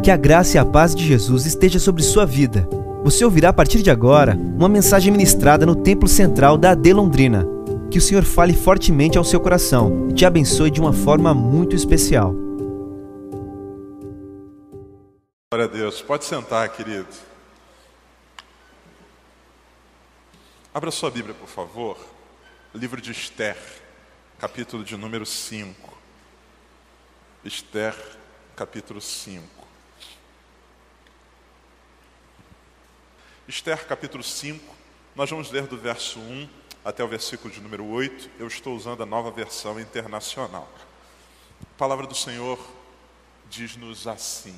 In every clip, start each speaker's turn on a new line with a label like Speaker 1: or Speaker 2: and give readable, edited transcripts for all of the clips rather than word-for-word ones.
Speaker 1: Que a graça e a paz de Jesus esteja sobre sua vida. Você ouvirá a partir de agora uma mensagem ministrada no Templo Central da AD Londrina. Que o Senhor fale fortemente ao seu coração e te abençoe de uma forma muito especial.
Speaker 2: Glória a Deus. Pode sentar, querido. Abra sua Bíblia, por favor. Livro de Esther, capítulo de número 5. Esther, capítulo 5. Esther, capítulo 5. Nós vamos ler do verso 1 até o versículo de número 8. Eu estou usando a Nova Versão Internacional. A palavra do Senhor diz-nos assim: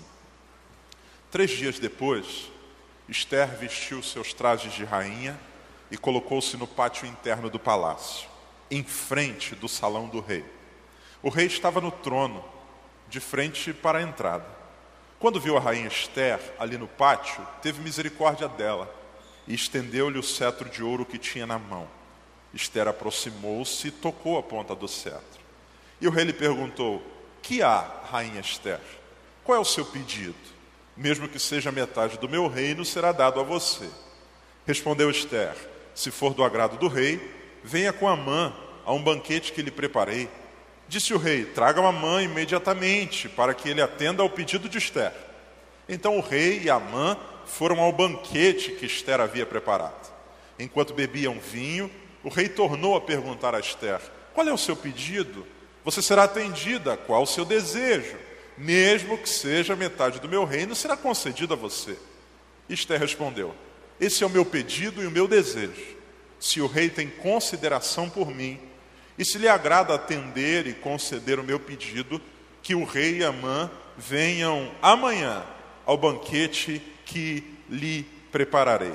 Speaker 2: 3 dias depois, Esther vestiu seus trajes de rainha e colocou-se no pátio interno do palácio, em frente do salão do rei. O rei estava no trono, de frente para a entrada. Quando viu a rainha Esther ali no pátio, teve misericórdia dela e estendeu-lhe o cetro de ouro que tinha na mão. Esther aproximou-se e tocou a ponta do cetro. E o rei lhe perguntou: que há, rainha Esther? Qual é o seu pedido? Mesmo que seja metade do meu reino, será dado a você. Respondeu Esther: se for do agrado do rei, venha com Amã a um banquete que lhe preparei. Disse o rei: traga Amã imediatamente, para que ele atenda ao pedido de Esther. Então o rei e Amã foram ao banquete que Esther havia preparado. Enquanto bebiam vinho, o rei tornou a perguntar a Esther: qual é o seu pedido? Você será atendida. Qual o seu desejo? Mesmo que seja metade do meu reino, será concedido a você. Esther respondeu: esse é o meu pedido e o meu desejo. Se o rei tem consideração por mim, e se lhe agrada atender e conceder o meu pedido, que o rei e Amã venham amanhã ao banquete que lhe prepararei.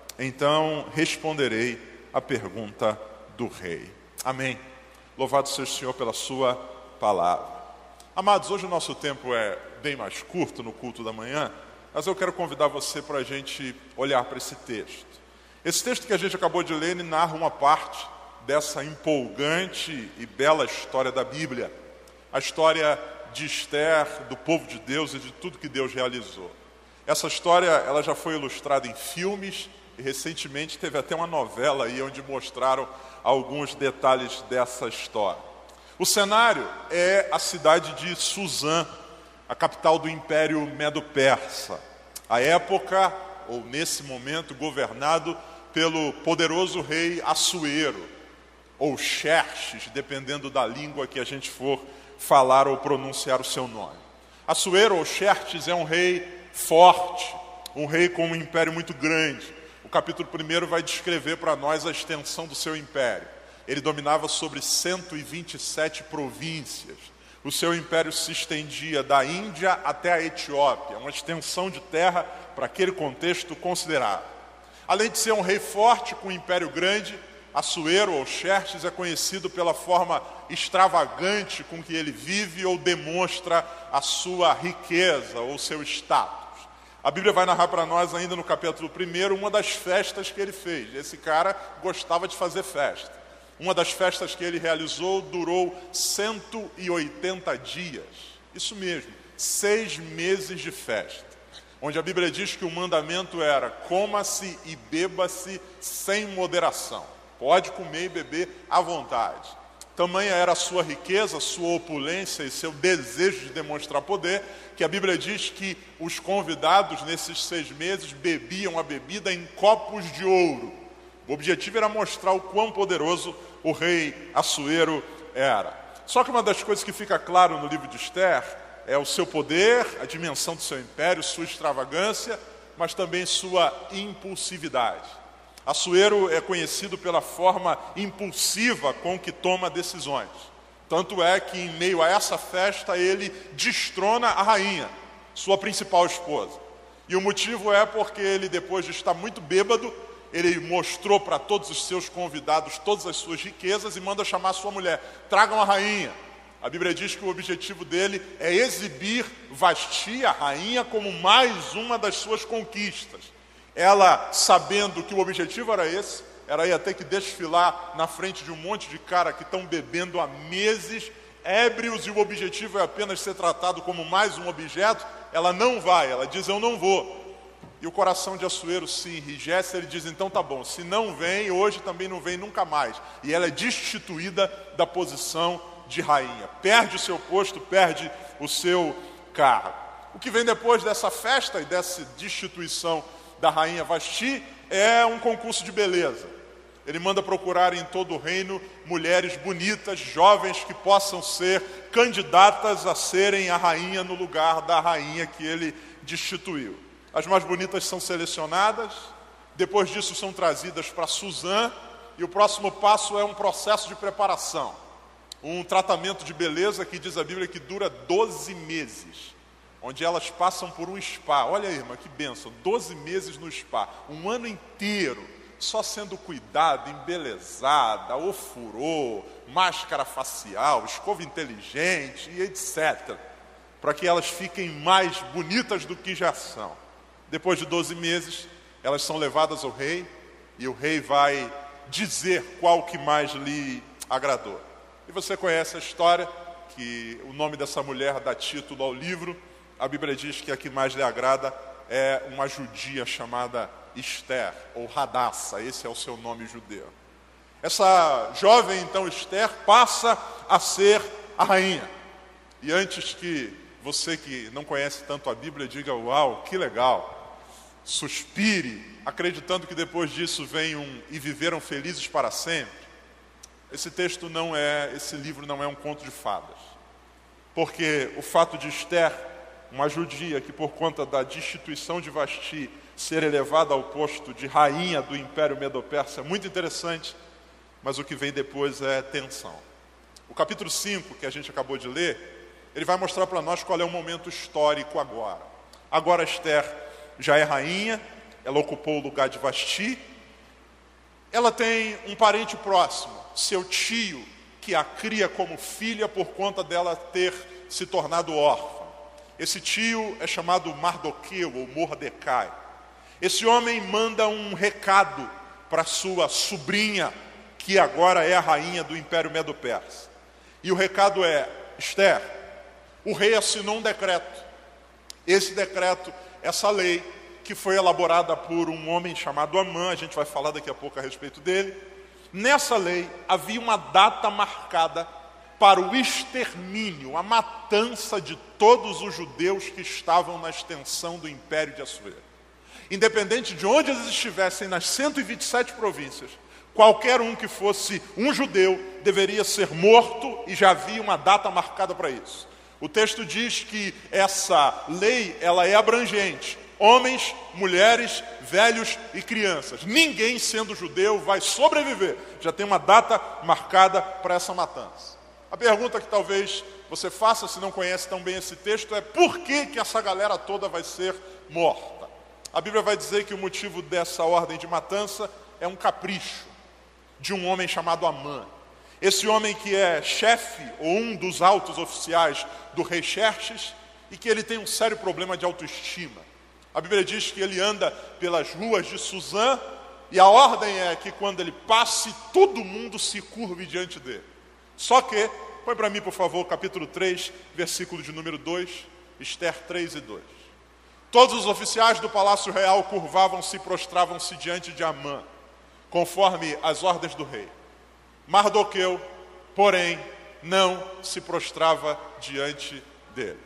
Speaker 2: Então responderei a pergunta do rei. Amém. Louvado seja o Senhor pela sua palavra. Amados, hoje o nosso tempo é bem mais curto no culto da manhã, mas eu quero convidar você para a gente olhar para esse texto. Esse texto que a gente acabou de ler, ele narra uma parte dessa empolgante e bela história da Bíblia. A história de Esther, do povo de Deus e de tudo que Deus realizou. Essa história ela já foi ilustrada em filmes e recentemente teve até uma novela aí onde mostraram alguns detalhes dessa história. O cenário é a cidade de Suzã, a capital do Império Medo-Persa. A época, ou nesse momento, governado pelo poderoso rei Assuero, ou Xerxes, dependendo da língua que a gente for falar ou pronunciar o seu nome. Assuero ou Xerxes é um rei forte, um rei com um império muito grande. O capítulo 1 vai descrever para nós a extensão do seu império. Ele dominava sobre 127 províncias. O seu império se estendia da Índia até a Etiópia, uma extensão de terra para aquele contexto considerável. Além de ser um rei forte com um império grande, Assuero ou Xerxes é conhecido pela forma extravagante com que ele vive ou demonstra a sua riqueza ou seu status. A Bíblia vai narrar para nós ainda no capítulo 1 uma das festas que ele fez. Esse cara gostava de fazer festa. Uma das festas que ele realizou durou 180 dias. Isso mesmo, 6 meses de festa. Onde a Bíblia diz que o mandamento era: coma-se e beba-se sem moderação. Pode comer e beber à vontade. Tamanha era a sua riqueza, sua opulência e seu desejo de demonstrar poder, que a Bíblia diz que os convidados nesses 6 meses bebiam a bebida em copos de ouro. O objetivo era mostrar o quão poderoso o rei Assuero era. Só que uma das coisas que fica claro no livro de Esther é o seu poder, a dimensão do seu império, sua extravagância, mas também sua impulsividade. Assuero é conhecido pela forma impulsiva com que toma decisões. Tanto é que em meio a essa festa ele destrona a rainha, sua principal esposa. E o motivo é porque ele, depois de estar muito bêbado, ele mostrou para todos os seus convidados todas as suas riquezas e manda chamar sua mulher: tragam a rainha. A Bíblia diz que o objetivo dele é exibir Vasti, a rainha, como mais uma das suas conquistas. Ela, sabendo que o objetivo era esse, ela ia ter que desfilar na frente de um monte de cara que estão bebendo há meses, ébrios e o objetivo é apenas ser tratado como mais um objeto, ela não vai, ela diz eu não vou. E o coração de Assuero se enrijece, ele diz então tá bom, se não vem, hoje também não vem nunca mais. E ela é destituída da posição de rainha, perde o seu posto, perde o seu cargo. O que vem depois dessa festa e dessa destituição da rainha Vasti é um concurso de beleza. Ele manda procurar em todo o reino mulheres bonitas, jovens que possam ser candidatas a serem a rainha no lugar da rainha que ele destituiu. As mais bonitas são selecionadas, depois disso são trazidas para Suzã, e o próximo passo é um processo de preparação. Um tratamento de beleza que diz a Bíblia que dura 12 meses, onde elas passam por um spa. Olha aí, irmã, que bênção, 12 meses no spa, um ano inteiro, só sendo cuidada, embelezada, ofurô, máscara facial, escova inteligente e etc. Para que elas fiquem mais bonitas do que já são. Depois de 12 meses, elas são levadas ao rei, e o rei vai dizer qual que mais lhe agradou. E você conhece a história, que o nome dessa mulher dá título ao livro. A Bíblia diz que a que mais lhe agrada é uma judia chamada Esther, ou Radassa, esse é o seu nome judeu. Essa jovem, então, Esther, passa a ser a rainha. E antes que você que não conhece tanto a Bíblia diga, uau, que legal, suspire, acreditando que depois disso venham e viveram felizes para sempre, esse livro não é um conto de fadas. Porque o fato de Esther, uma judia que por conta da destituição de Vasti ser elevada ao posto de rainha do Império Medo-Persa é muito interessante, mas o que vem depois é tensão. O capítulo 5, que a gente acabou de ler, ele vai mostrar para nós qual é o momento histórico agora. Agora Esther já é rainha, ela ocupou o lugar de Vasti, ela tem um parente próximo, seu tio, que a cria como filha por conta dela ter se tornado órfã. Esse tio é chamado Mardoqueu, ou Mordecai. Esse homem manda um recado para sua sobrinha, que agora é a rainha do Império Medo-Persa. E o recado é, Esther, o rei assinou um decreto. Esse decreto, essa lei, que foi elaborada por um homem chamado Amã, a gente vai falar daqui a pouco a respeito dele. Nessa lei havia uma data marcada para o extermínio, a matança de todos os judeus que estavam na extensão do Império de Assuero. Independente de onde eles estivessem nas 127 províncias, qualquer um que fosse um judeu deveria ser morto, e já havia uma data marcada para isso. O texto diz que essa lei, ela é abrangente. Homens, mulheres, velhos e crianças. Ninguém sendo judeu vai sobreviver. Já tem uma data marcada para essa matança. A pergunta que talvez você faça, se não conhece tão bem esse texto, é por que essa galera toda vai ser morta? A Bíblia vai dizer que o motivo dessa ordem de matança é um capricho de um homem chamado Amã. Esse homem que é chefe ou um dos altos oficiais do rei Xerxes e que ele tem um sério problema de autoestima. A Bíblia diz que ele anda pelas ruas de Suzã e a ordem é que quando ele passe, todo mundo se curve diante dele. Só que, põe para mim por favor, capítulo 3, versículo de número 2, Esther 3 e 2. Todos os oficiais do palácio real curvavam-se e prostravam-se diante de Amã, conforme as ordens do rei. Mardoqueu, porém, não se prostrava diante dele.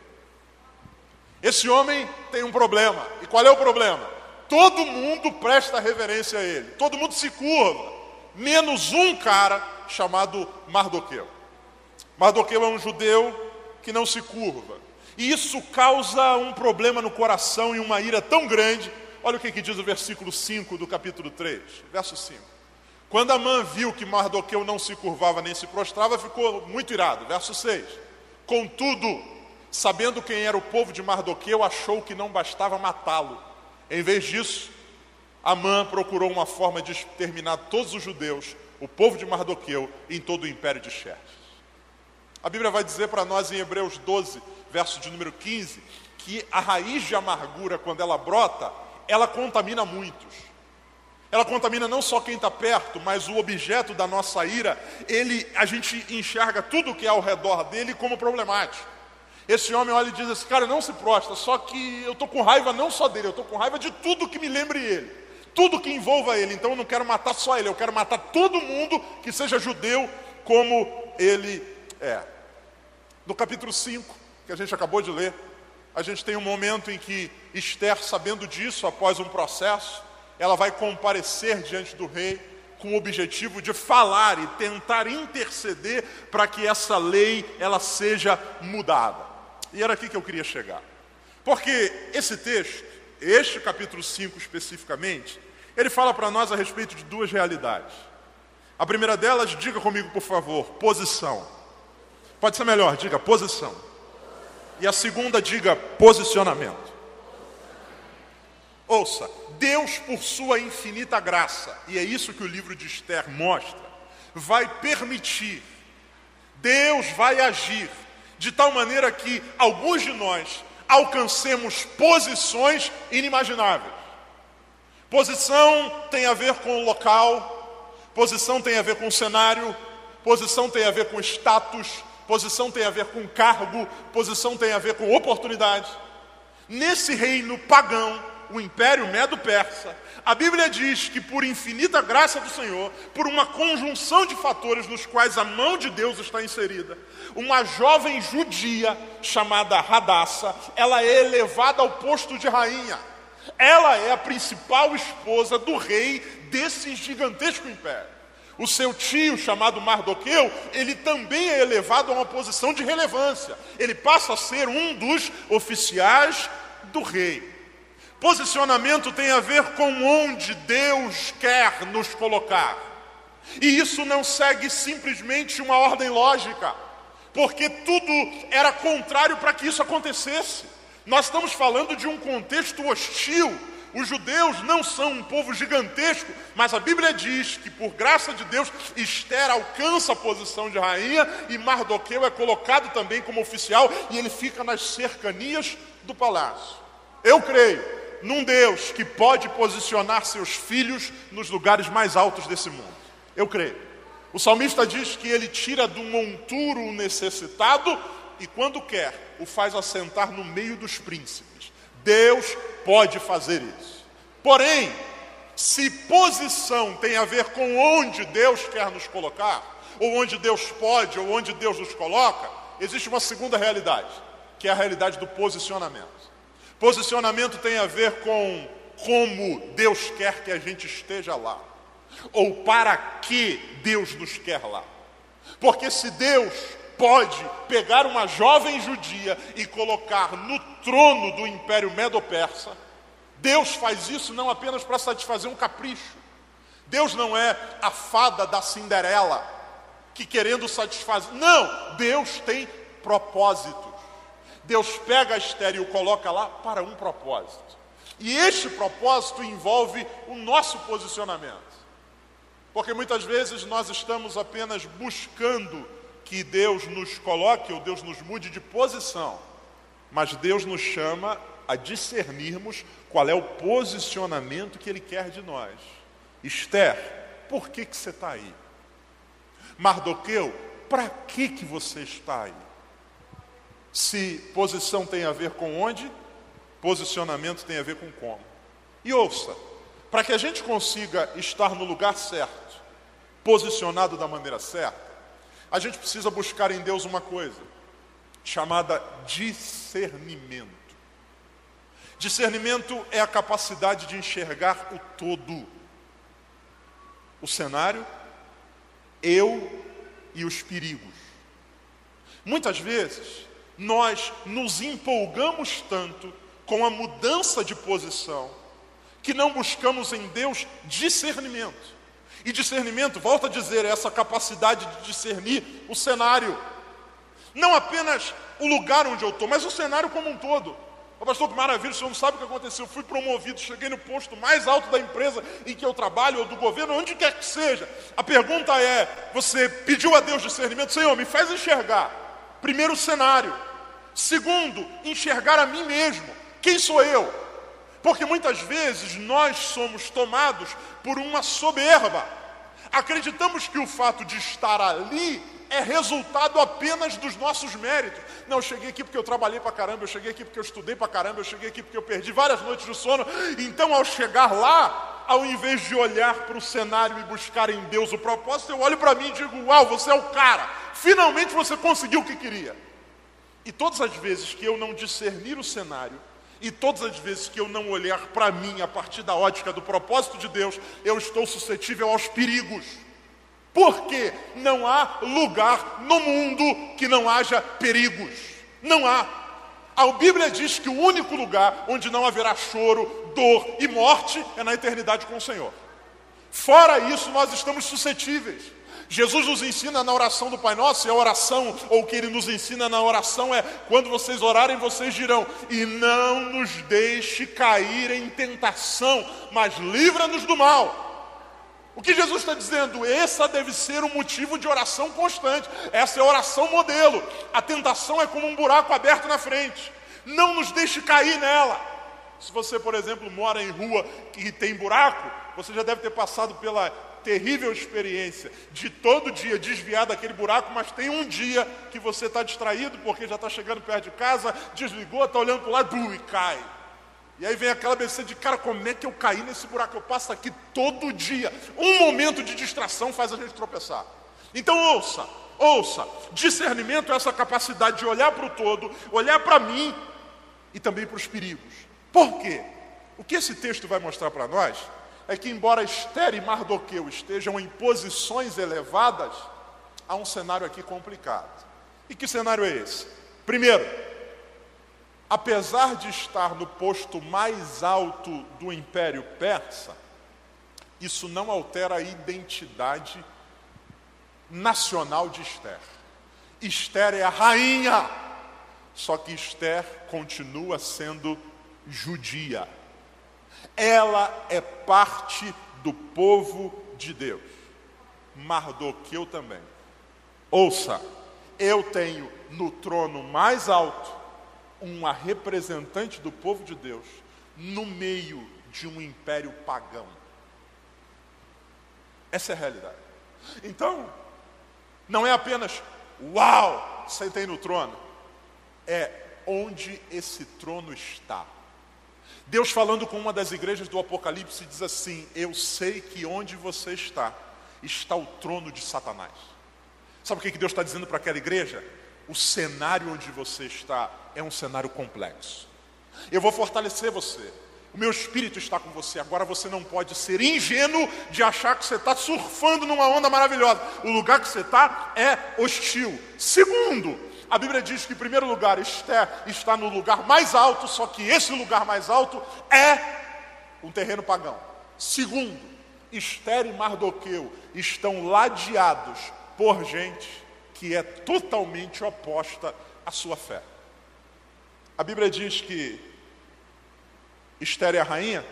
Speaker 2: Esse homem tem um problema. E qual é o problema? Todo mundo presta reverência a ele. Todo mundo se curva. Menos um cara chamado Mardoqueu. Mardoqueu é um judeu que não se curva. E isso causa um problema no coração e uma ira tão grande. Olha o que diz o versículo 5 do capítulo 3. Verso 5. Quando Amã viu que Mardoqueu não se curvava nem se prostrava, ficou muito irado. Verso 6. Contudo, sabendo quem era o povo de Mardoqueu, achou que não bastava matá-lo. Em vez disso, Amã procurou uma forma de exterminar todos os judeus, o povo de Mardoqueu, em todo o império de Xerxes. A Bíblia vai dizer para nós em Hebreus 12, verso de número 15, que a raiz de amargura, quando ela brota, ela contamina muitos. Ela contamina não só quem está perto, mas o objeto da nossa ira, a gente enxerga tudo que é ao redor dele como problemático. Esse homem olha e diz assim, cara, não se prostra, só que eu estou com raiva não só dele, eu estou com raiva de tudo que me lembre ele, tudo que envolva ele, então eu não quero matar só ele, eu quero matar todo mundo que seja judeu como ele é. No capítulo 5, que a gente acabou de ler, a gente tem um momento em que Esther, sabendo disso, após um processo, ela vai comparecer diante do rei com o objetivo de falar e tentar interceder para que essa lei ela seja mudada. E era aqui que eu queria chegar. Porque esse texto, este capítulo 5 especificamente, ele fala para nós a respeito de duas realidades. A primeira delas, diga comigo por favor, posição. Pode ser melhor, diga posição. E a segunda, diga posicionamento. Ouça, Deus por sua infinita graça, e é isso que o livro de Esther mostra, vai permitir, Deus vai agir, de tal maneira que alguns de nós alcancemos posições inimagináveis. Posição tem a ver com o local, posição tem a ver com o cenário, posição tem a ver com status, posição tem a ver com cargo, posição tem a ver com oportunidade. Nesse reino pagão, o Império Medo-Persa, a Bíblia diz que por infinita graça do Senhor, por uma conjunção de fatores nos quais a mão de Deus está inserida, uma jovem judia chamada Hadassa, ela é elevada ao posto de rainha. Ela é a principal esposa do rei desse gigantesco império. O seu tio, chamado Mardoqueu, ele também é elevado a uma posição de relevância. Ele passa a ser um dos oficiais do rei. Posicionamento tem a ver com onde Deus quer nos colocar. E isso não segue simplesmente uma ordem lógica, porque tudo era contrário para que isso acontecesse. Nós estamos falando de um contexto hostil. Os judeus não são um povo gigantesco, mas a Bíblia diz que por graça de Deus, Esther alcança a posição de rainha e Mardoqueu é colocado também como oficial e ele fica nas cercanias do palácio. Eu creio num Deus que pode posicionar seus filhos nos lugares mais altos desse mundo. Eu creio. O salmista diz que ele tira do monturo o necessitado e quando quer, o faz assentar no meio dos príncipes. Deus pode fazer isso. Porém, se posição tem a ver com onde Deus quer nos colocar, ou onde Deus pode, ou onde Deus nos coloca, existe uma segunda realidade, que é a realidade do posicionamento. Posicionamento tem a ver com como Deus quer que a gente esteja lá, ou para que Deus nos quer lá. Porque se Deus pode pegar uma jovem judia e colocar no trono do Império Medo-Persa, Deus faz isso não apenas para satisfazer um capricho. Deus não é a fada da Cinderela, que querendo satisfazer. Não, Deus tem propósitos. Deus pega a Esther e o coloca lá para um propósito. E este propósito envolve o nosso posicionamento. Porque muitas vezes nós estamos apenas buscando que Deus nos coloque ou Deus nos mude de posição. Mas Deus nos chama a discernirmos qual é o posicionamento que Ele quer de nós. Esther, por que você está aí? Mardoqueu, para que você está aí? Se posição tem a ver com onde, posicionamento tem a ver com como. E ouça, para que a gente consiga estar no lugar certo, posicionado da maneira certa, a gente precisa buscar em Deus uma coisa, chamada discernimento. Discernimento é a capacidade de enxergar o todo. O cenário, eu e os perigos. Muitas vezes, nós nos empolgamos tanto com a mudança de posição, que não buscamos em Deus discernimento. E discernimento, volto a dizer, é essa capacidade de discernir o cenário. Não apenas o lugar onde eu estou, mas o cenário como um todo. Ô pastor, que maravilha, o senhor não sabe o que aconteceu. Eu fui promovido, cheguei no posto mais alto da empresa em que eu trabalho, ou do governo, onde quer que seja. A pergunta é, você pediu a Deus discernimento? Senhor, me faz enxergar. Primeiro, o cenário. Segundo, enxergar a mim mesmo. Quem sou eu? Porque muitas vezes nós somos tomados por uma soberba. Acreditamos que o fato de estar ali é resultado apenas dos nossos méritos. Não, eu cheguei aqui porque eu trabalhei pra caramba, eu cheguei aqui porque eu estudei pra caramba, eu cheguei aqui porque eu perdi várias noites de sono. Então, ao chegar lá, ao invés de olhar para o cenário e buscar em Deus o propósito, eu olho para mim e digo, uau, você é o cara. Finalmente você conseguiu o que queria. E todas as vezes que eu não discernir o cenário, e todas as vezes que eu não olhar para mim a partir da ótica do propósito de Deus, eu estou suscetível aos perigos. Porque não há lugar no mundo que não haja perigos. Não há. A Bíblia diz que o único lugar onde não haverá choro, dor e morte é na eternidade com o Senhor. Fora isso, nós estamos suscetíveis. Jesus nos ensina na oração do Pai Nosso, e a oração, ou o que Ele nos ensina na oração é, quando vocês orarem, vocês dirão, e não nos deixe cair em tentação, mas livra-nos do mal. O que Jesus está dizendo? Essa deve ser um motivo de oração constante. Essa é a oração modelo. A tentação é como um buraco aberto na frente. Não nos deixe cair nela. Se você, por exemplo, mora em rua que tem buraco, você já deve ter passado pela terrível experiência de todo dia desviar daquele buraco, mas tem um dia que você está distraído porque já está chegando perto de casa, desligou, está olhando para o lado e cai. E aí vem aquela besteira de, cara, como é que eu caí nesse buraco? Eu passo aqui todo dia. Um momento de distração faz a gente tropeçar. Então ouça. Discernimento é essa capacidade de olhar para o todo, olhar para mim e também para os perigos. Por quê? O que esse texto vai mostrar para nós é que, embora Esther e Mardoqueu estejam em posições elevadas, há um cenário aqui complicado. E que cenário é esse? Primeiro, apesar de estar no posto mais alto do Império Persa, isso não altera a identidade nacional de Esther. Esther é a rainha, só que Esther continua sendo judia. Ela é parte do povo de Deus. Mardoqueu também. Ouça, eu tenho no trono mais alto uma representante do povo de Deus no meio de um império pagão. Essa é a realidade. Então, não é apenas, uau, sentei no trono. É onde esse trono está. Deus, falando com uma das igrejas do Apocalipse, diz assim, eu sei que onde você está o trono de Satanás. Sabe o que Deus está dizendo para aquela igreja? O cenário onde você está é um cenário complexo. Eu vou fortalecer você. O meu espírito está com você. Agora você não pode ser ingênuo de achar que você está surfando numa onda maravilhosa. O lugar que você está é hostil. Segundo, a Bíblia diz que, em primeiro lugar, Esther está no lugar mais alto, só que esse lugar mais alto é um terreno pagão. Segundo, Esther e Mardoqueu estão ladeados por gente que é totalmente oposta à sua fé. A Bíblia diz que Esther é a rainha,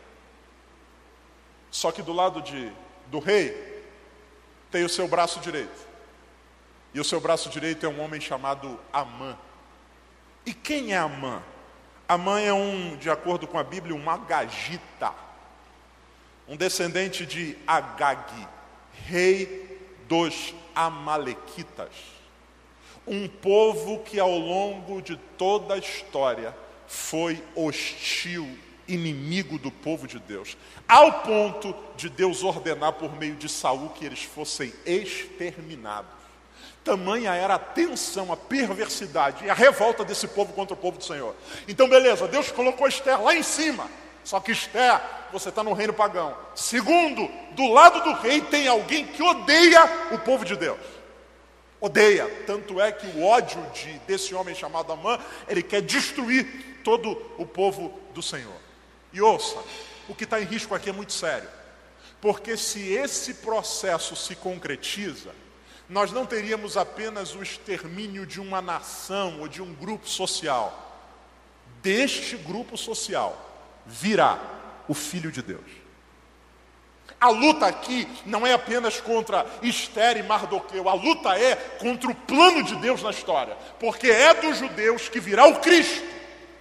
Speaker 2: só que do lado do rei tem o seu braço direito. E o seu braço direito é um homem chamado Amã. E quem é Amã? Amã é de acordo com a Bíblia, um agagita. Um descendente de Agag, rei dos Amalequitas. Um povo que ao longo de toda a história foi hostil, inimigo do povo de Deus. Ao ponto de Deus ordenar por meio de Saul que eles fossem exterminados. Tamanha era a tensão, a perversidade e a revolta desse povo contra o povo do Senhor. Então beleza, Deus colocou Esther lá em cima. Só que Esther, você está no reino pagão. Segundo, do lado do rei tem alguém que odeia o povo de Deus. Odeia. Tanto é que o ódio desse homem chamado Amã, ele quer destruir todo o povo do Senhor. E ouça, o que está em risco aqui é muito sério. Porque se esse processo se concretiza, nós não teríamos apenas o extermínio de uma nação ou de um grupo social. Deste grupo social virá o Filho de Deus. A luta aqui não é apenas contra Esther e Mardoqueu, a luta é contra o plano de Deus na história, porque é dos judeus que virá o Cristo.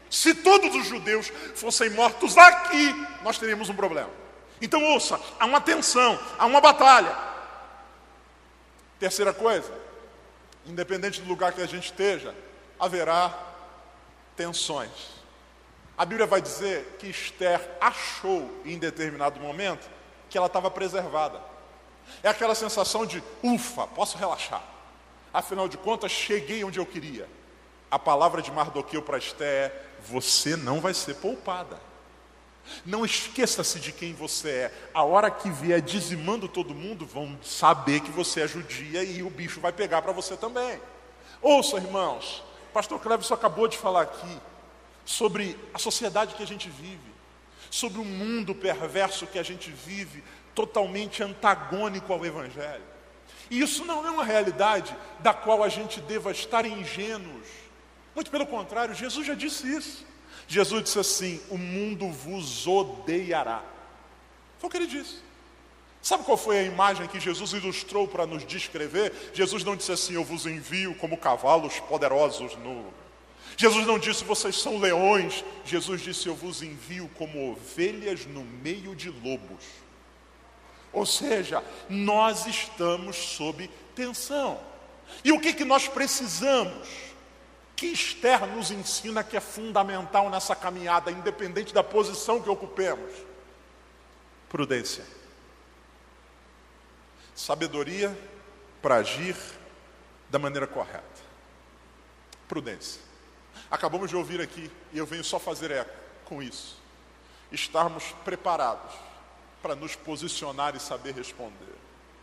Speaker 2: Se todos os judeus fossem mortos aqui, nós teríamos um problema. Então ouça, há uma tensão, há uma batalha. Terceira coisa, independente do lugar que a gente esteja, haverá tensões. A Bíblia vai dizer que Esther achou em determinado momento que ela estava preservada. É aquela sensação de, ufa, posso relaxar. Afinal de contas, cheguei onde eu queria. A palavra de Mardoqueu para Esther é, você não vai ser poupada. Não esqueça-se de quem você é. A hora que vier dizimando todo mundo, vão saber que você é judia e o bicho vai pegar para você também. Ouça, irmãos, o pastor Cleverson acabou de falar aqui sobre a sociedade que a gente vive, sobre o mundo perverso que a gente vive, totalmente antagônico ao Evangelho. E isso não é uma realidade da qual a gente deva estar ingênuos. Muito pelo contrário, Jesus já disse isso. Jesus disse assim, o mundo vos odiará. Foi o que ele disse. Sabe qual foi a imagem que Jesus ilustrou para nos descrever? Jesus não disse assim, eu vos envio como cavalos poderosos no... Jesus não disse, vocês são leões. Jesus disse, eu vos envio como ovelhas no meio de lobos. Ou seja, nós estamos sob tensão. E o que nós precisamos? Que Esther nos ensina que é fundamental nessa caminhada, independente da posição que ocupemos. Prudência. Sabedoria para agir da maneira correta. Prudência. Acabamos de ouvir aqui, e eu venho só fazer eco com isso. Estarmos preparados para nos posicionar e saber responder.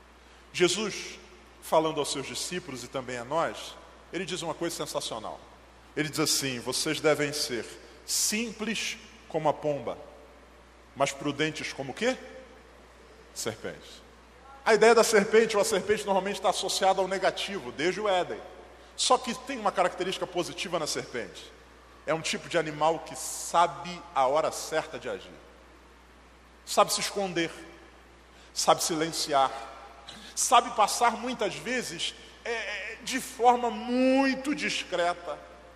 Speaker 2: Jesus, falando aos seus discípulos e também a nós, ele diz uma coisa sensacional. Ele diz assim, vocês devem ser simples como a pomba, mas prudentes como o quê? Serpente. A ideia da serpente, ou a serpente normalmente está associada ao negativo, desde o Éden. Só que tem uma característica positiva na serpente. É um tipo de animal que sabe a hora certa de agir. Sabe se esconder, sabe silenciar, sabe passar muitas vezes de forma muito discreta,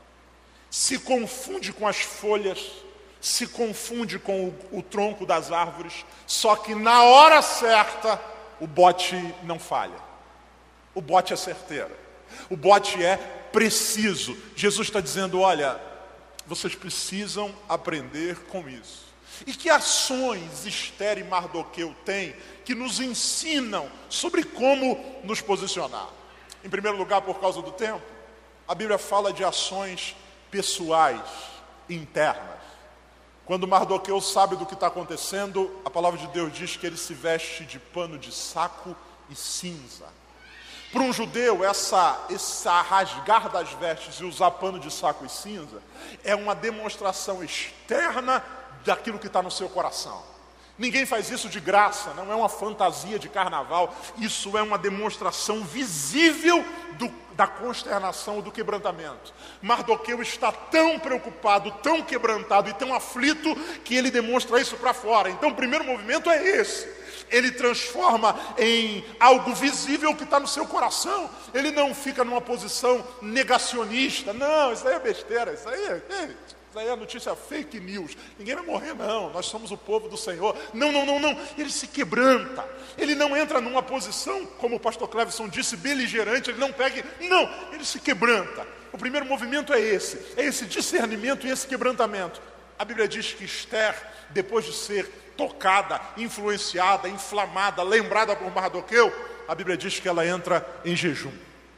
Speaker 2: se confunde com as folhas, se confunde com o tronco das árvores, só que na hora certa o bote não falha, o bote é certeiro, o bote é preciso. Jesus está dizendo, olha, vocês precisam aprender com isso. E que ações Esther e Mardoqueu têm que nos ensinam sobre como nos posicionar? Em primeiro lugar, por causa do tempo, a Bíblia fala de ações pessoais, internas. Quando Mardoqueu sabe do que está acontecendo, a palavra de Deus diz que ele se veste de pano de saco e cinza. Para um judeu, essa rasgar das vestes e usar pano de saco e cinza é uma demonstração externa daquilo que está no seu coração. Ninguém faz isso de graça, não é uma fantasia de carnaval. Isso é uma demonstração visível da consternação, do quebrantamento. Mardoqueu está tão preocupado, tão quebrantado e tão aflito que ele demonstra isso para fora. Então o primeiro movimento é esse. Ele transforma em algo visível que está no seu coração. Ele não fica numa posição negacionista. Não, isso aí é besteira, isso aí é notícia fake news. Ninguém vai morrer, não. Nós somos o povo do Senhor. Não. Ele se quebranta. Ele não entra numa posição, como o pastor Cleverson disse, beligerante. Ele não pega... Não, ele se quebranta. O primeiro movimento é esse discernimento e esse quebrantamento. A Bíblia diz que Esther, depois de ser tocada, influenciada, inflamada, lembrada por Mardoqueu, a Bíblia diz que ela entra em jejum.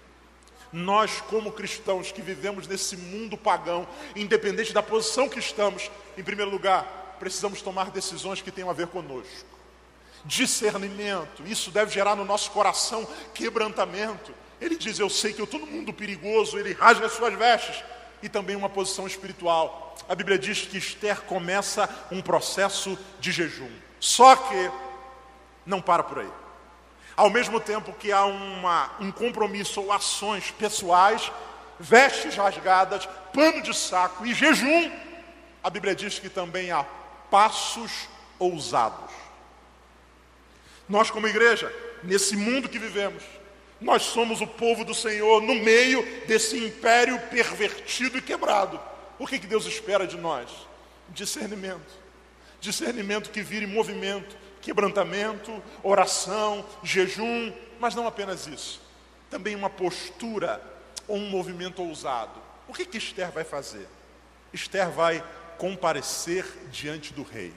Speaker 2: Nós, como cristãos que vivemos nesse mundo pagão, independente da posição que estamos, em primeiro lugar, precisamos tomar decisões que tenham a ver conosco. Discernimento, isso deve gerar no nosso coração quebrantamento. Ele diz, eu sei que eu estou num mundo perigoso, ele rasga as suas vestes. E também uma posição espiritual. A Bíblia diz que Esther começa um processo de jejum. Só que não para por aí. Ao mesmo tempo que há um compromisso ou ações pessoais, vestes rasgadas, pano de saco e jejum, a Bíblia diz que também há passos ousados. Nós como igreja, nesse mundo que vivemos, nós somos o povo do Senhor no meio desse império pervertido e quebrado. O que Deus espera de nós? Discernimento. Discernimento que vire movimento, quebrantamento, oração, jejum, mas não apenas isso. Também uma postura ou um movimento ousado. O que Esther vai fazer? Esther vai comparecer diante do rei.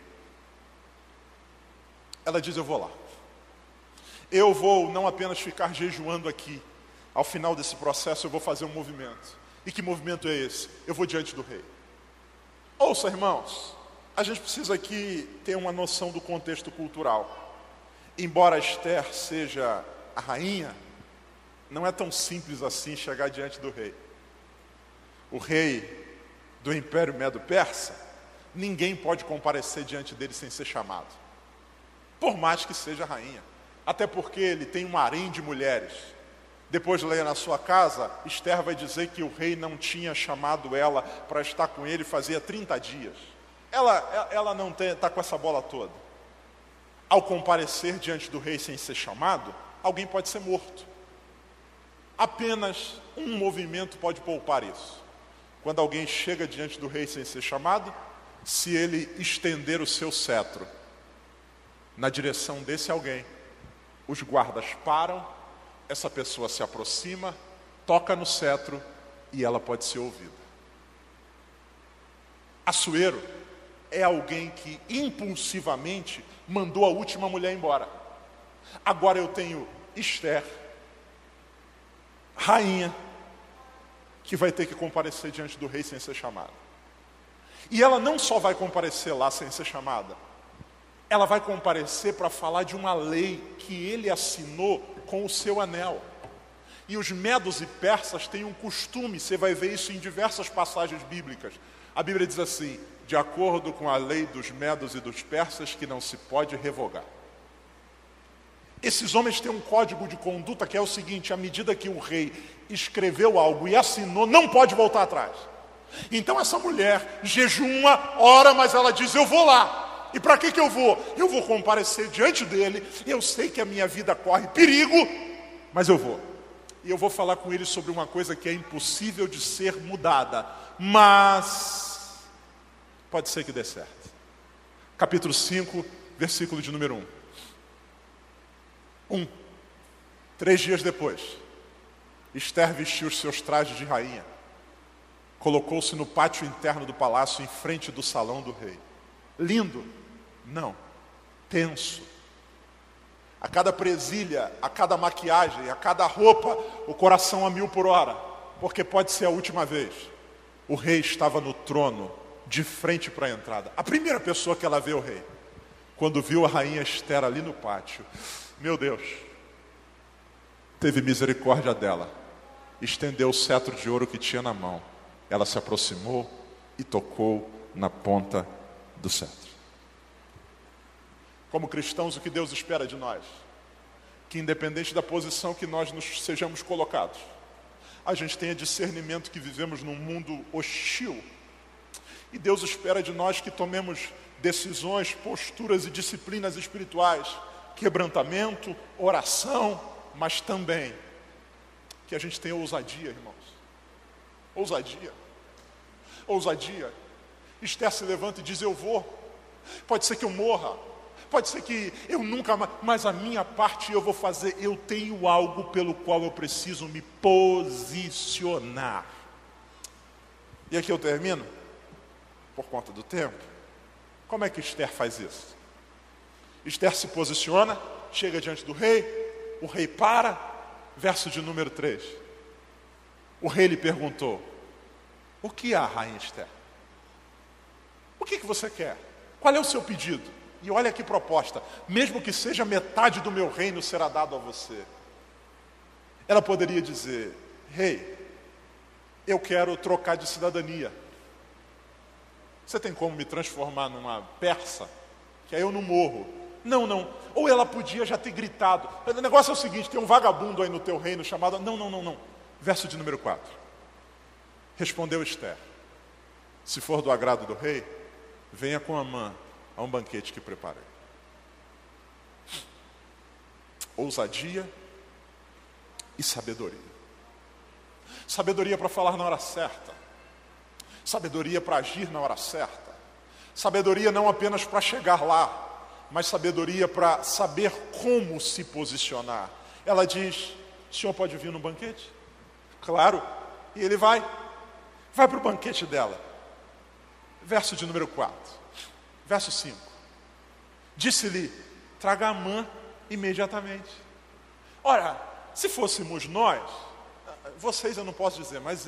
Speaker 2: Ela diz: eu vou lá. Eu vou não apenas ficar jejuando aqui. Ao final desse processo eu vou fazer um movimento. E que movimento é esse? Eu vou diante do rei. Ouça, irmãos, a gente precisa aqui ter uma noção do contexto cultural. Embora Esther seja a rainha, não é tão simples assim chegar diante do rei. O rei do Império Medo-Persa, ninguém pode comparecer diante dele sem ser chamado. Por mais que seja rainha. Até porque ele tem um harém de mulheres. Depois, leia na sua casa, Esther vai dizer que o rei não tinha chamado ela para estar com ele fazia 30 dias. Ela não está com essa bola toda. Ao comparecer diante do rei sem ser chamado, alguém pode ser morto. Apenas um movimento pode poupar isso. Quando alguém chega diante do rei sem ser chamado, se ele estender o seu cetro na direção desse alguém, os guardas param, essa pessoa se aproxima, toca no cetro e ela pode ser ouvida. Assuero é alguém que impulsivamente mandou a última mulher embora. Agora eu tenho Esther, rainha, que vai ter que comparecer diante do rei sem ser chamada. E ela não só vai comparecer lá sem ser chamada, ela vai comparecer para falar de uma lei que ele assinou com o seu anel. E os medos e persas têm um costume, você vai ver isso em diversas passagens bíblicas. A Bíblia diz assim: de acordo com a lei dos medos e dos persas, que não se pode revogar. Esses homens têm um código de conduta que é o seguinte: à medida que o rei escreveu algo e assinou, não pode voltar atrás. Então essa mulher jejuma, ora, mas ela diz: eu vou lá. E para que eu vou? Eu vou comparecer diante dele. Eu sei que a minha vida corre perigo, mas eu vou. E eu vou falar com ele sobre uma coisa que é impossível de ser mudada, mas pode ser que dê certo. Capítulo 5, versículo de número 1. 3 dias depois, Esther vestiu os seus trajes de rainha, colocou-se no pátio interno do palácio, em frente do salão do rei. Lindo? Não. Tenso. A cada presilha, a cada maquiagem, a cada roupa, o coração a 1000 por hora, porque pode ser a última vez. O rei estava no trono, de frente para a entrada. A primeira pessoa que ela vê o rei, quando viu a rainha Esther ali no pátio, meu Deus, teve misericórdia dela, estendeu o cetro de ouro que tinha na mão. Ela se aproximou e tocou na ponta do cetro. Como cristãos, o que Deus espera de nós? Que independente da posição que nós nos sejamos colocados, a gente tenha discernimento que vivemos num mundo hostil. E Deus espera de nós que tomemos decisões, posturas e disciplinas espirituais, quebrantamento, oração, mas também que a gente tenha ousadia, irmãos. Ousadia. Ousadia. Esther se levanta e diz: eu vou. Pode ser que eu morra, pode ser que eu nunca mais, mas a minha parte eu vou fazer. Eu tenho algo pelo qual eu preciso me posicionar. E aqui eu termino, por conta do tempo. Como é que Esther faz isso? Esther se posiciona, chega diante do rei, o rei para, verso de número 3. O rei lhe perguntou: o que há, rainha Esther? O que você quer? Qual é o seu pedido? E olha que proposta: mesmo que seja metade do meu reino será dado a você. Ela poderia dizer: rei, eu quero trocar de cidadania. Você tem como me transformar numa persa? Que aí eu não morro. Não, não. Ou ela podia já ter gritado. O negócio é o seguinte: tem um vagabundo aí no teu reino chamado... Não. Verso de número 4. Respondeu Esther: se for do agrado do rei, venha com Amã a um banquete que preparei. Ousadia e sabedoria. Sabedoria para falar na hora certa. Sabedoria para agir na hora certa. Sabedoria não apenas para chegar lá, mas sabedoria para saber como se posicionar. Ela diz: o senhor pode vir no banquete? Claro. E ele vai para o banquete dela. Verso de número 4. Verso 5. Disse-lhe: traga a mãe imediatamente. Ora, se fôssemos nós, vocês eu não posso dizer, mas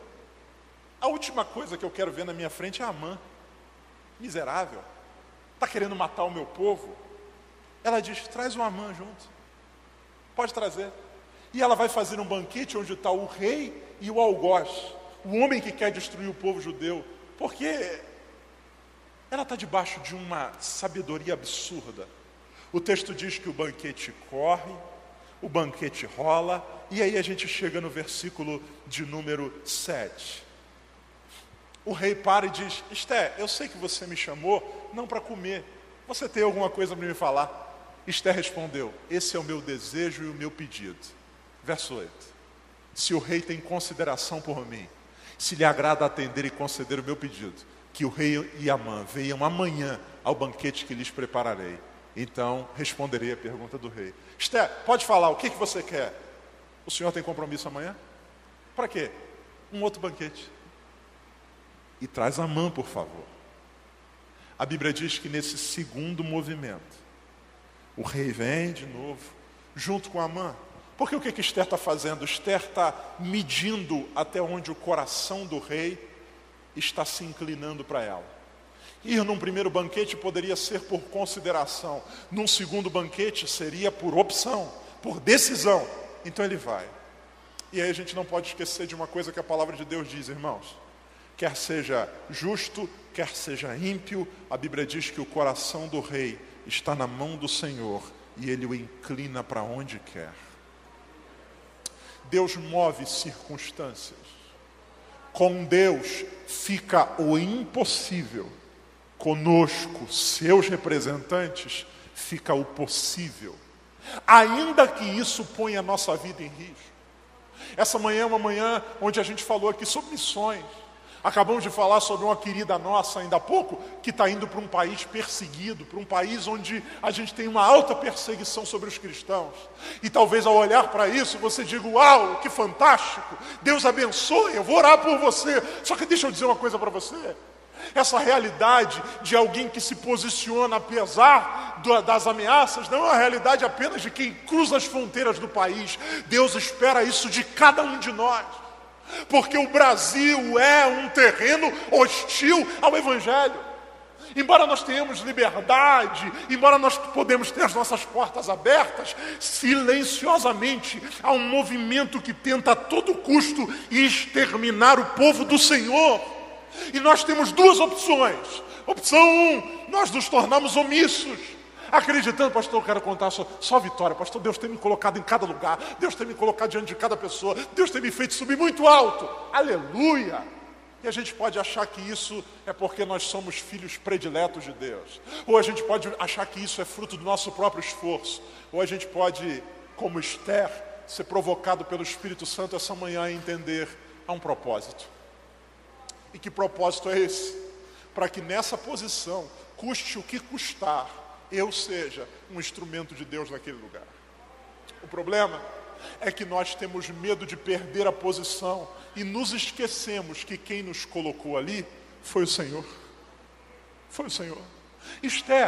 Speaker 2: a última coisa que eu quero ver na minha frente é a Amã. Miserável. Está querendo matar o meu povo. Ela diz: traz uma Amã junto. Pode trazer. E ela vai fazer um banquete onde está o rei e o algoz, o homem que quer destruir o povo judeu. Porque ela está debaixo de uma sabedoria absurda. O texto diz que o banquete corre, o banquete rola, e aí a gente chega no versículo de número 7. O rei para e diz: Esther, eu sei que você me chamou não para comer. Você tem alguma coisa para me falar? Esther respondeu: esse é o meu desejo e o meu pedido. Verso 8. Se o rei tem consideração por mim, se lhe agrada atender e conceder o meu pedido, que o rei e Amã venham amanhã ao banquete que lhes prepararei. Então responderei a pergunta do rei. Esther, pode falar, o que você quer? O senhor tem compromisso amanhã? Para quê? Um outro banquete. E traz Amã, por favor. A Bíblia diz que nesse segundo movimento, o rei vem de novo, junto com Amã. Porque o que Esther está fazendo? Esther está medindo até onde o coração do rei está se inclinando para ela. Ir num primeiro banquete poderia ser por consideração. Num segundo banquete seria por opção, por decisão. Então ele vai. E aí a gente não pode esquecer de uma coisa que a palavra de Deus diz, irmãos. Quer seja justo, quer seja ímpio, a Bíblia diz que o coração do rei está na mão do Senhor e ele o inclina para onde quer. Deus move circunstâncias. Com Deus fica o impossível. Conosco, seus representantes, fica o possível. Ainda que isso ponha a nossa vida em risco. Essa manhã é uma manhã onde a gente falou aqui sobre missões. Acabamos de falar sobre uma querida nossa ainda há pouco, que está indo para um país perseguido, para um país onde a gente tem uma alta perseguição sobre os cristãos. E talvez ao olhar para isso, você diga: uau, que fantástico, Deus abençoe, eu vou orar por você. Só que deixa eu dizer uma coisa para você. Essa realidade de alguém que se posiciona apesar das ameaças, não é uma realidade apenas de quem cruza as fronteiras do país. Deus espera isso de cada um de nós. Porque o Brasil é um terreno hostil ao Evangelho. Embora nós tenhamos liberdade, embora nós podemos ter as nossas portas abertas, silenciosamente há um movimento que tenta a todo custo exterminar o povo do Senhor. E nós temos duas opções. Opção 1, nós nos tornamos omissos, acreditando: pastor, eu quero contar só vitória. Pastor, Deus tem me colocado em cada lugar. Deus tem me colocado diante de cada pessoa. Deus tem me feito subir muito alto. Aleluia! E a gente pode achar que isso é porque nós somos filhos prediletos de Deus. Ou a gente pode achar que isso é fruto do nosso próprio esforço. Ou a gente pode, como Esther, ser provocado pelo Espírito Santo essa manhã a entender: há um propósito. E que propósito é esse? Para que nessa posição, custe o que custar, eu seja um instrumento de Deus naquele lugar. O problema é que nós temos medo de perder a posição e nos esquecemos que quem nos colocou ali foi o Senhor. Foi o Senhor. Esther,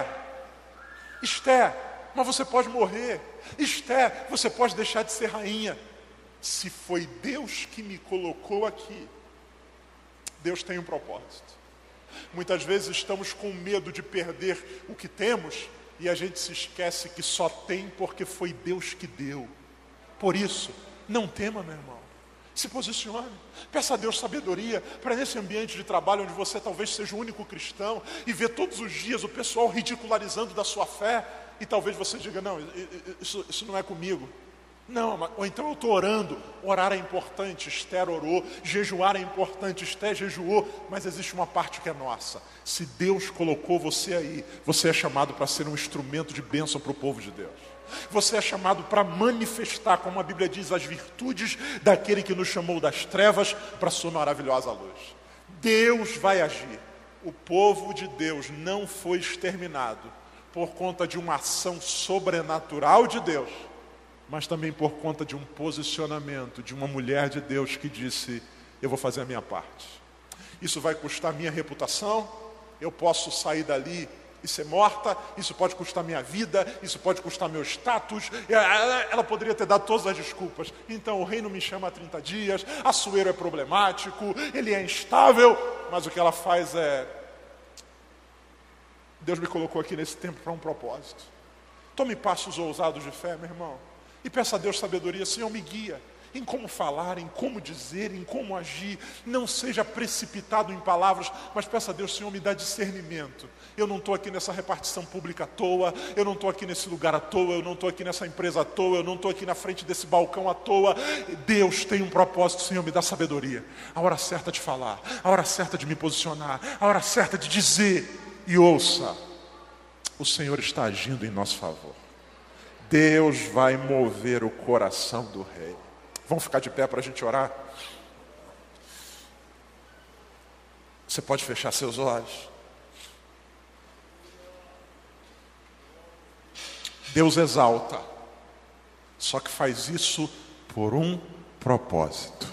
Speaker 2: mas você pode morrer. Esther, você pode deixar de ser rainha. Se foi Deus que me colocou aqui, Deus tem um propósito. Muitas vezes estamos com medo de perder o que temos e a gente se esquece que só tem porque foi Deus que deu. Por isso, não tema, meu irmão. Se posicione. Peça a Deus sabedoria para nesse ambiente de trabalho onde você talvez seja o único cristão e vê todos os dias o pessoal ridicularizando da sua fé e talvez você diga: não, isso não é comigo. Não, ou então eu estou orando. Orar é importante, Esther orou. Jejuar é importante, Esther jejuou. Mas existe uma parte que é nossa. Se Deus colocou você aí, você é chamado para ser um instrumento de bênção para o povo de Deus. Você é chamado para manifestar, como a Bíblia diz, as virtudes daquele que nos chamou das trevas para a sua maravilhosa luz. Deus vai agir. O povo de Deus não foi exterminado por conta de uma ação sobrenatural de Deus, mas também por conta de um posicionamento de uma mulher de Deus que disse: eu vou fazer a minha parte. Isso vai custar minha reputação, eu posso sair dali e ser morta, isso pode custar minha vida, isso pode custar meu status. Ela poderia ter dado todas as desculpas. Então o rei não me chama há 30 dias, Assuero é problemático, ele é instável, mas o que ela faz é: Deus me colocou aqui nesse tempo para um propósito. Tome passos ousados de fé, meu irmão, e peça a Deus sabedoria. Senhor, me guia em como falar, em como dizer, em como agir. Não seja precipitado em palavras, mas peça a Deus: Senhor, me dá discernimento. Eu não estou aqui nessa repartição pública à toa, eu não estou aqui nesse lugar à toa, eu não estou aqui nessa empresa à toa, eu não estou aqui na frente desse balcão à toa. Deus tem um propósito. Senhor, me dá sabedoria. A hora certa de falar, a hora certa de me posicionar, a hora certa de dizer. E ouça, o Senhor está agindo em nosso favor. Deus vai mover o coração do rei. Vamos ficar de pé para a gente orar? Você pode fechar seus olhos. Deus exalta, só que faz isso por um propósito.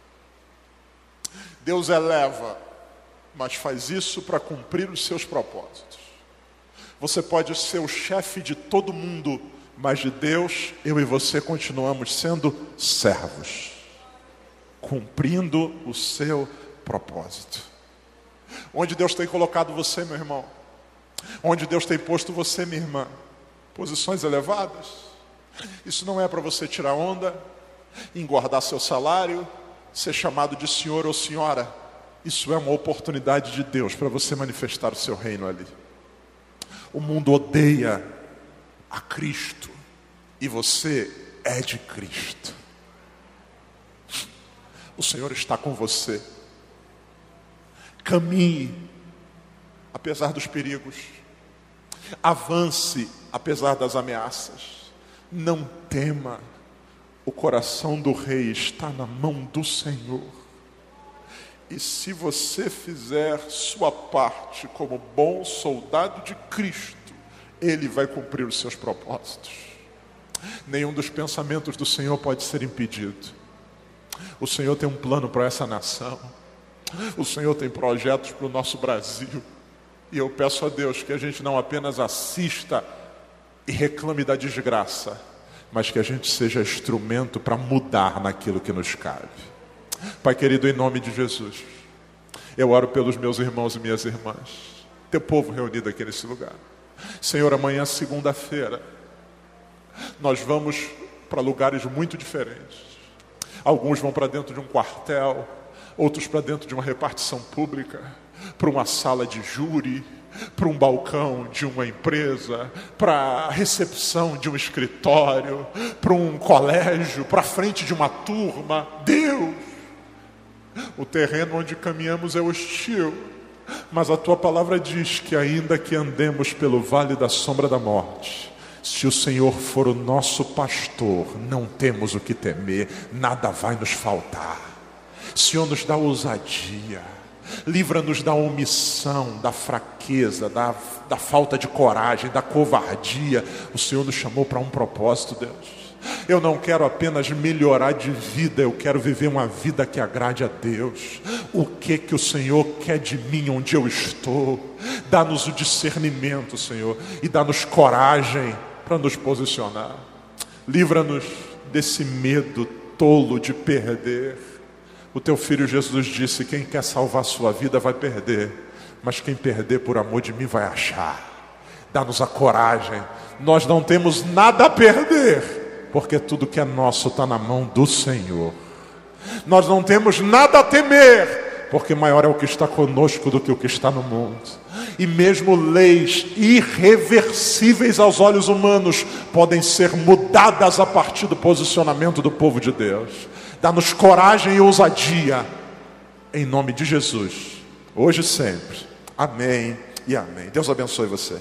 Speaker 2: Deus eleva, mas faz isso para cumprir os seus propósitos. Você pode ser o chefe de todo mundo, mas de Deus, eu e você continuamos sendo servos, cumprindo o seu propósito. Onde Deus tem colocado você, meu irmão? Onde Deus tem posto você, minha irmã? Posições elevadas? Isso não é para você tirar onda, engordar seu salário, ser chamado de senhor ou senhora. Isso é uma oportunidade de Deus para você manifestar o seu reino ali. O mundo odeia a Cristo, e você é de Cristo. O Senhor está com você. Caminhe apesar dos perigos, avance apesar das ameaças. Não tema, o coração do rei está na mão do Senhor. E se você fizer sua parte como bom soldado de Cristo, Ele vai cumprir os seus propósitos. Nenhum dos pensamentos do Senhor pode ser impedido. O Senhor tem um plano para essa nação. O Senhor tem projetos para o nosso Brasil. E eu peço a Deus que a gente não apenas assista e reclame da desgraça, mas que a gente seja instrumento para mudar naquilo que nos cabe. Pai querido, em nome de Jesus, eu oro pelos meus irmãos e minhas irmãs, teu povo reunido aqui nesse lugar. Senhor, amanhã, segunda-feira, nós vamos para lugares muito diferentes. Alguns vão para dentro de um quartel, outros para dentro de uma repartição pública, para uma sala de júri, para um balcão de uma empresa, para a recepção de um escritório, para um colégio, para a frente de uma turma. Deus, o terreno onde caminhamos é hostil, mas a tua palavra diz que ainda que andemos pelo vale da sombra da morte, se o Senhor for o nosso pastor, não temos o que temer, nada vai nos faltar. Senhor, nos dá ousadia, livra-nos da omissão, da fraqueza, da falta de coragem, da covardia. O Senhor nos chamou para um propósito, Deus. Eu não quero apenas melhorar de vida, eu quero viver uma vida que agrade a Deus. O que o Senhor quer de mim onde eu estou? Dá-nos o discernimento, Senhor, e dá-nos coragem para nos posicionar. Livra-nos desse medo tolo de perder. O teu filho Jesus disse: quem quer salvar sua vida vai perder, mas quem perder por amor de mim vai achar. Dá-nos a coragem. Nós não temos nada a perder, porque tudo que é nosso está na mão do Senhor. Nós não temos nada a temer, porque maior é o que está conosco do que o que está no mundo. E mesmo leis irreversíveis aos olhos humanos podem ser mudadas a partir do posicionamento do povo de Deus. Dá-nos coragem e ousadia, em nome de Jesus, hoje e sempre. Amém e amém. Deus abençoe você.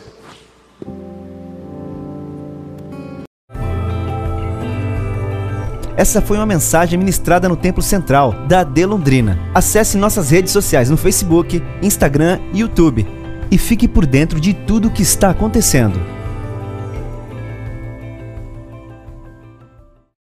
Speaker 1: Essa foi uma mensagem ministrada no Templo Central da AD Londrina. Acesse nossas redes sociais no Facebook, Instagram e YouTube e fique por dentro de tudo o que está acontecendo.